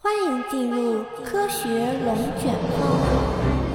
欢迎进入科学龙卷风。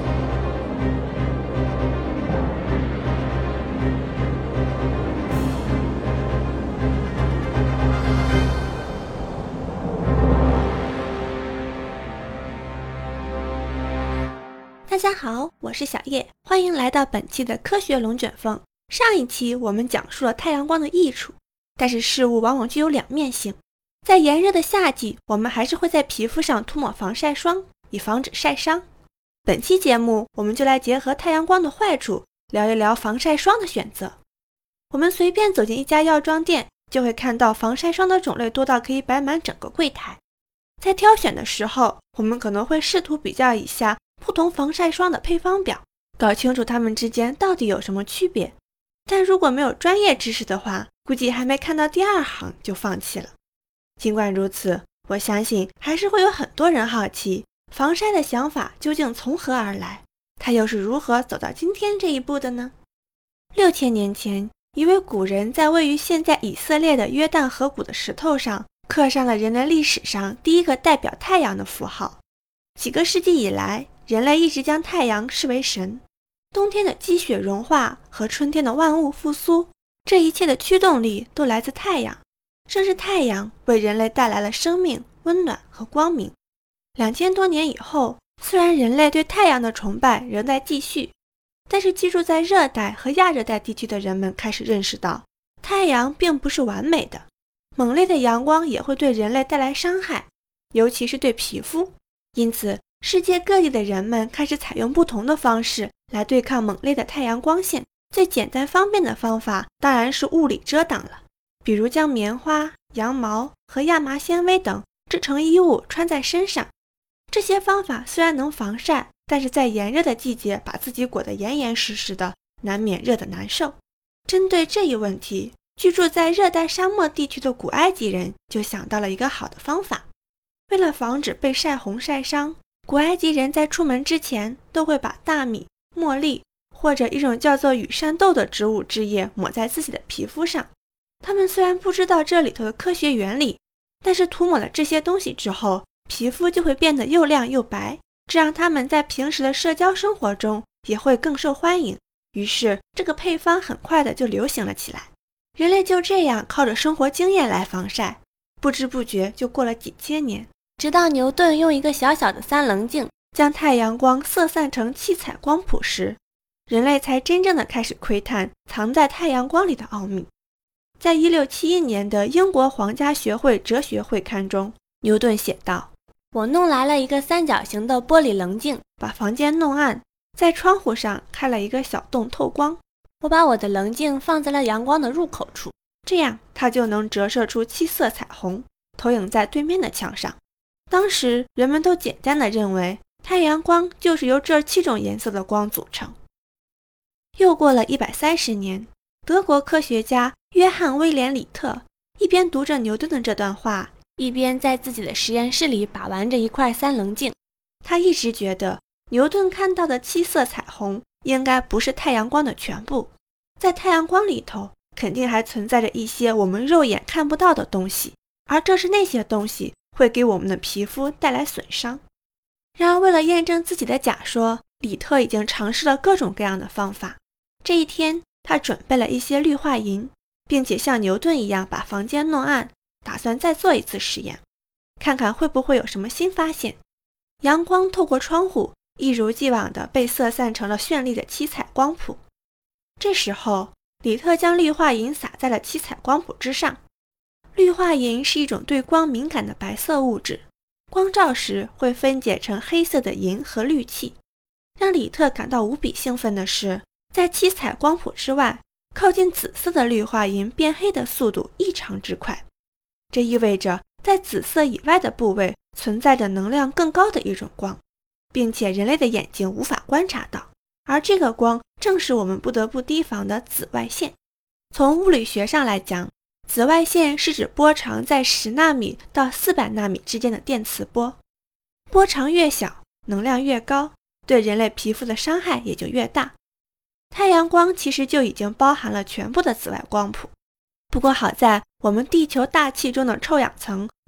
大家好，我是小叶，欢迎来到本期的科学龙卷风。上一期我们讲述了太阳光的益处，但是事物往往具有两面性。在炎热的夏季，我们还是会在皮肤上涂抹防晒霜，以防止晒伤。本期节目，我们就来结合太阳光的坏处，聊一聊防晒霜的选择。我们随便走进一家药妆店，就会看到防晒霜的种类多到可以摆满整个柜台。在挑选的时候，我们可能会试图比较一下不同防晒霜的配方表，搞清楚它们之间到底有什么区别。但如果没有专业知识的话，估计还没看到第二行就放弃了。尽管如此，我相信还是会有很多人好奇，防晒的想法究竟从何而来，它又是如何走到今天这一步的呢？6000年前，一位古人在位于现在以色列的约旦河谷的石头上刻上了人类历史上第一个代表太阳的符号。几个世纪以来，人类一直将太阳视为神。冬天的积雪融化和春天的万物复苏，这一切的驱动力都来自太阳。正是太阳为人类带来了生命、温暖和光明。2000多年以后，虽然人类对太阳的崇拜仍在继续，但是居住在热带和亚热带地区的人们开始认识到，太阳并不是完美的，猛烈的阳光也会对人类带来伤害，尤其是对皮肤。因此，世界各地的人们开始采用不同的方式来对抗猛烈的太阳光线。最简单方便的方法当然是物理遮挡了，比如将棉花、羊毛和亚麻纤维等制成衣物穿在身上。这些方法虽然能防晒，但是在炎热的季节把自己裹得严严实实的，难免热得难受。针对这一问题，居住在热带沙漠地区的古埃及人就想到了一个好的方法。为了防止被晒红晒伤，古埃及人在出门之前都会把大米、茉莉或者一种叫做羽扇豆的植物汁液抹在自己的皮肤上。他们虽然不知道这里头的科学原理，但是涂抹了这些东西之后，皮肤就会变得又亮又白，这让他们在平时的社交生活中也会更受欢迎。于是这个配方很快的就流行了起来。人类就这样靠着生活经验来防晒，不知不觉就过了几千年，直到牛顿用一个小小的三棱镜将太阳光色散成七彩光谱时，人类才真正的开始窥探藏在太阳光里的奥秘。在1671年的英国皇家学会哲学会刊中，牛顿写道：我弄来了一个三角形的玻璃棱镜，把房间弄暗，在窗户上开了一个小洞透光。我把我的棱镜放在了阳光的入口处，这样它就能折射出七色彩虹，投影在对面的墙上。当时人们都简单地认为太阳光就是由这7种颜色的光组成。又过了130年，德国科学家约翰·威廉·里特一边读着牛顿的这段话，一边在自己的实验室里把玩着一块三棱镜。他一直觉得牛顿看到的七色彩虹应该不是太阳光的全部，在太阳光里头肯定还存在着一些我们肉眼看不到的东西，而正是那些东西会给我们的皮肤带来损伤。然而为了验证自己的假说，里特已经尝试了各种各样的方法。这一天，他准备了一些氯化银，并且像牛顿一样把房间弄暗，打算再做一次实验，看看会不会有什么新发现。阳光透过窗户一如既往地被色散成了绚丽的七彩光谱。这时候，里特将氯化银撒在了七彩光谱之上。氯化银是一种对光敏感的白色物质，光照时会分解成黑色的银和氯气。让里特感到无比兴奋的是，在七彩光谱之外，靠近紫色的氯化银变黑的速度异常之快。这意味着在紫色以外的部位存在着能量更高的一种光，并且人类的眼睛无法观察到，而这个光正是我们不得不提防的紫外线。从物理学上来讲，紫外线是指波长在10纳米到400纳米之间的电磁波，波长越小，能量越高，对人类皮肤的伤害也就越大。太阳光其实就已经包含了全部的紫外光谱，不过好在我们地球大气中的臭氧层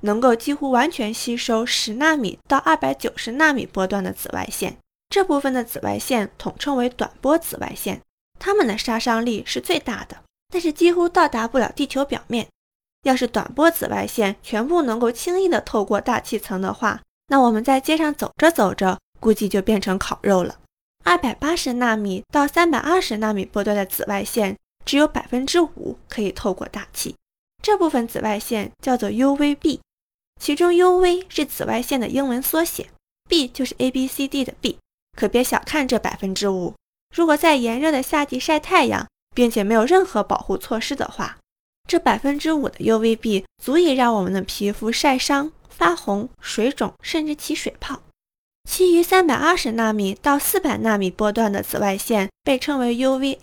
能够几乎完全吸收10纳米到290纳米波段的紫外线，这部分的紫外线统称为短波紫外线，它们的杀伤力是最大的，但是几乎到达不了地球表面。要是短波紫外线全部能够轻易地透过大气层的话，那我们在街上走着走着，估计就变成烤肉了。280纳米到320纳米波段的紫外线只有 5% 可以透过大气，这部分紫外线叫做 UVB， 其中 UV 是紫外线的英文缩写， B 就是 ABCD 的 B， 可别小看这 5%。 如果在炎热的夏季晒太阳，并且没有任何保护措施的话，这 5% 的 UVB 足以让我们的皮肤晒伤、发红、水肿，甚至起水泡。其余320纳米到400纳米波段的紫外线被称为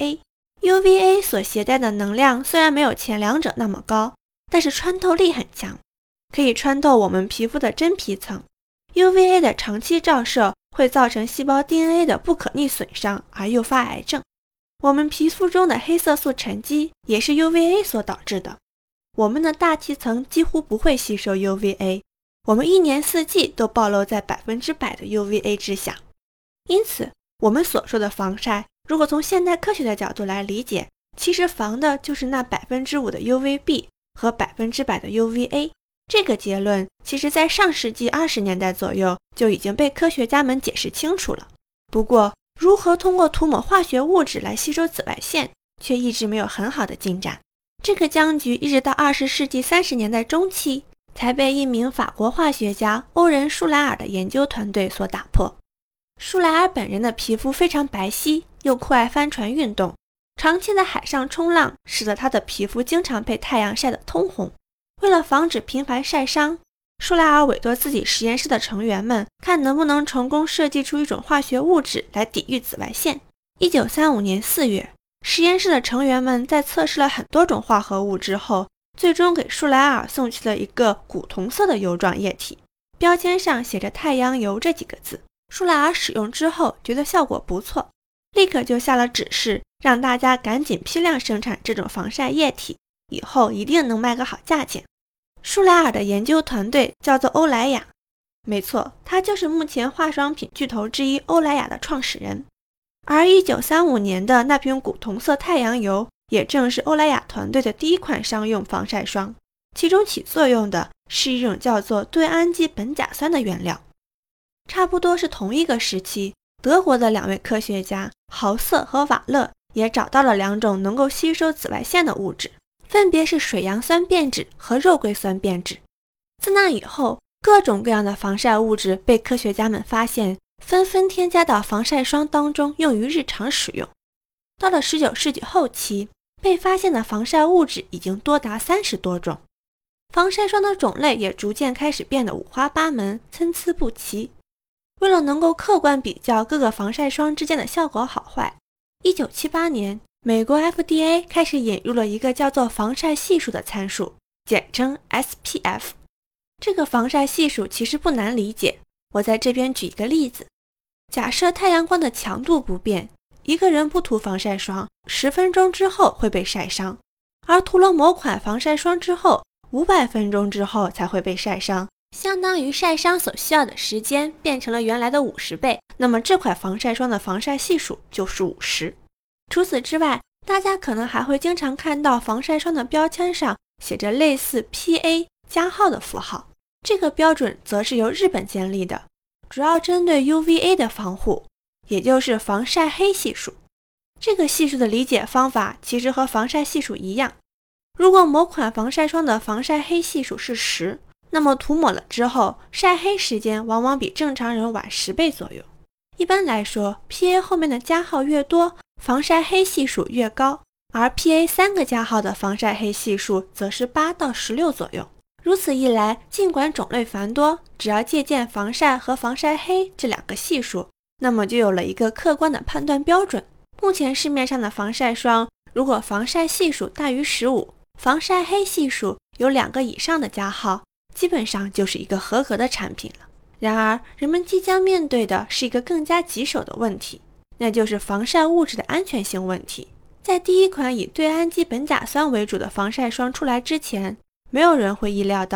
UVA。UVA 所携带的能量虽然没有前两者那么高，但是穿透力很强，可以穿透我们皮肤的真皮层。UVA 的长期照射会造成细胞 DNA 的不可逆损伤，而诱发癌症。我们皮肤中的黑色素沉积也是 UVA 所导致的。我们的大气层几乎不会吸收 UVA， 我们一年四季都暴露在100%的 UVA 之下。因此，我们所说的防晒，如果从现代科学的角度来理解，其实防的就是那 5% 的 UVB 和100%的 UVA。 这个结论其实在上世纪20年代左右就已经被科学家们解释清楚了。不过，如何通过涂抹化学物质来吸收紫外线，却一直没有很好的进展。这个僵局一直到20世纪30年代中期，才被一名法国化学家欧仁·舒莱尔的研究团队所打破。舒莱尔本人的皮肤非常白皙，又酷爱帆船运动，长期的海上冲浪使得他的皮肤经常被太阳晒得通红。为了防止频繁晒伤，舒莱尔委托自己实验室的成员们，看能不能成功设计出一种化学物质来抵御紫外线。1935年4月，实验室的成员们在测试了很多种化合物之后，最终给舒莱尔送去了一个古铜色的油状液体，标签上写着太阳油这几个字。舒莱尔使用之后觉得效果不错，立刻就下了指示，让大家赶紧批量生产这种防晒液体，以后一定能卖个好价钱。舒莱尔的研究团队叫做欧莱雅，没错，他就是目前化妆品巨头之一欧莱雅的创始人。而1935年的那瓶古铜色太阳油，也正是欧莱雅团队的第一款商用防晒霜，其中起作用的是一种叫做对氨基苯甲酸的原料。差不多是同一个时期，德国的2位科学家豪瑟和瓦勒也找到了2种能够吸收紫外线的物质，分别是水杨酸变质和肉桂酸变质。自那以后，各种各样的防晒物质被科学家们发现，纷纷添加到防晒霜当中，用于日常使用。到了19世纪后期，被发现的防晒物质已经多达30多种，防晒霜的种类也逐渐开始变得五花八门，参差不齐。为了能够客观比较各个防晒霜之间的效果好坏，1978年，美国 FDA 开始引入了一个叫做防晒系数的参数，简称 SPF。 这个防晒系数其实不难理解，我在这边举一个例子。假设太阳光的强度不变，一个人不涂防晒霜10分钟之后会被晒伤，而涂了某款防晒霜之后500分钟之后才会被晒伤，相当于晒伤所需要的时间变成了原来的50倍，那么这款防晒霜的防晒系数就是50。除此之外，大家可能还会经常看到防晒霜的标签上写着类似 PA 加号的符号，这个标准则是由日本建立的，主要针对 UVA 的防护，也就是防晒黑系数。这个系数的理解方法其实和防晒系数一样，如果某款防晒霜的防晒黑系数是10，那么涂抹了之后，晒黑时间往往比正常人晚10倍左右。一般来说， PA 后面的加号越多，防晒黑系数越高，而 PA 3个加号的防晒黑系数则是8到16左右。如此一来，尽管种类繁多，只要借鉴防晒和防晒黑这2个系数，那么就有了一个客观的判断标准。目前市面上的防晒霜，如果防晒系数大于15，防晒黑系数有2个以上的加号，基本上就是一个合格的产品了。然而，人们即将面对的是一个更加棘手的问题，那就是防晒物质的安全性问题。在第一款以对氨基苯甲酸为主的防晒霜出来之前，没有人会意料到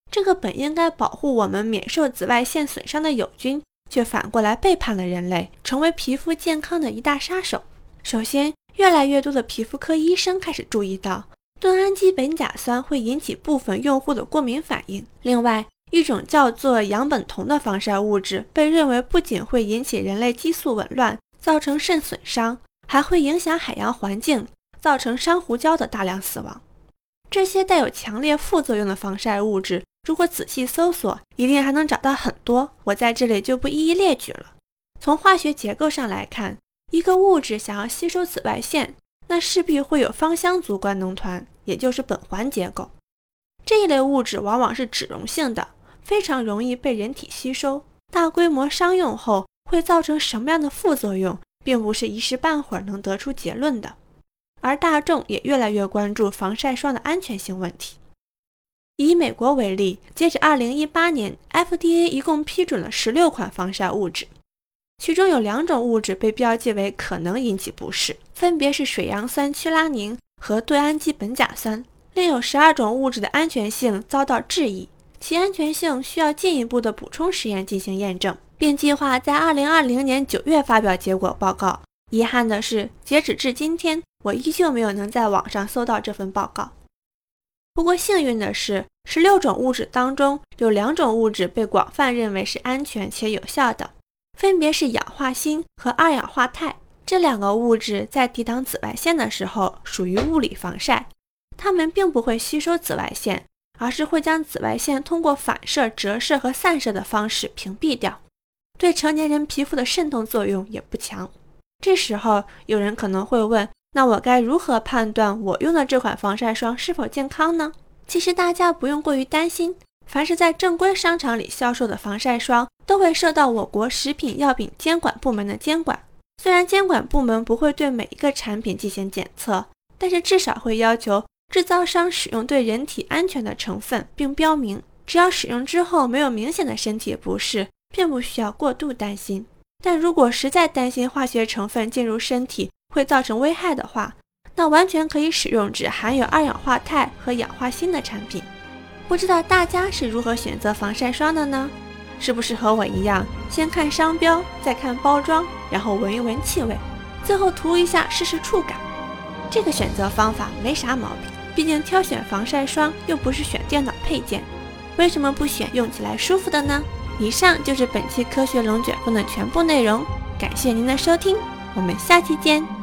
这个本应该保护我们免受紫外线损伤的友军，却反过来背叛了人类，成为皮肤健康的一大杀手。首先，越来越多的皮肤科医生开始注意到盾氨基苯甲酸会引起部分用户的过敏反应。另外，一种叫做氧苯酮的防晒物质被认为不仅会引起人类激素紊乱，造成肾损伤，还会影响海洋环境，造成珊瑚礁的大量死亡。这些带有强烈副作用的防晒物质，如果仔细搜索，一定还能找到很多，我在这里就不一一列举了。从化学结构上来看，一个物质想要吸收紫外线，那势必会有芳香族官能团，也就是苯环结构。这一类物质往往是脂溶性的，非常容易被人体吸收，大规模商用后会造成什么样的副作用，并不是一时半会儿能得出结论的。而大众也越来越关注防晒霜的安全性问题。以美国为例，截止2018年 FDA 一共批准了16款防晒物质，其中有2种物质被标记为可能引起不适，分别是水杨酸曲拉宁和对氨基苯甲酸。另有12种物质的安全性遭到质疑，其安全性需要进一步的补充实验进行验证，并计划在2020年9月发表结果报告。遗憾的是，截止至今天，我依旧没有能在网上搜到这份报告。不过幸运的是，16种物质当中有2种物质被广泛认为是安全且有效的，分别是氧化锌和二氧化钛。这2个物质在抵挡紫外线的时候属于物理防晒，它们并不会吸收紫外线，而是会将紫外线通过反射、折射和散射的方式屏蔽掉，对成年人皮肤的渗透作用也不强。这时候有人可能会问，那我该如何判断我用的这款防晒霜是否健康呢？其实大家不用过于担心，凡是在正规商场里销售的防晒霜都会受到我国食品药品监管部门的监管。虽然监管部门不会对每一个产品进行检测，但是至少会要求制造商使用对人体安全的成分，并标明只要使用之后没有明显的身体不适，并不需要过度担心。但如果实在担心化学成分进入身体会造成危害的话，那完全可以使用只含有二氧化钛和氧化锌的产品。不知道大家是如何选择防晒霜的呢？是不是和我一样，先看商标，再看包装，然后闻一闻气味，最后涂一下试试触感？这个选择方法没啥毛病，毕竟挑选防晒霜又不是选电脑配件，为什么不选用起来舒服的呢？以上就是本期科学龙卷风的全部内容，感谢您的收听，我们下期见。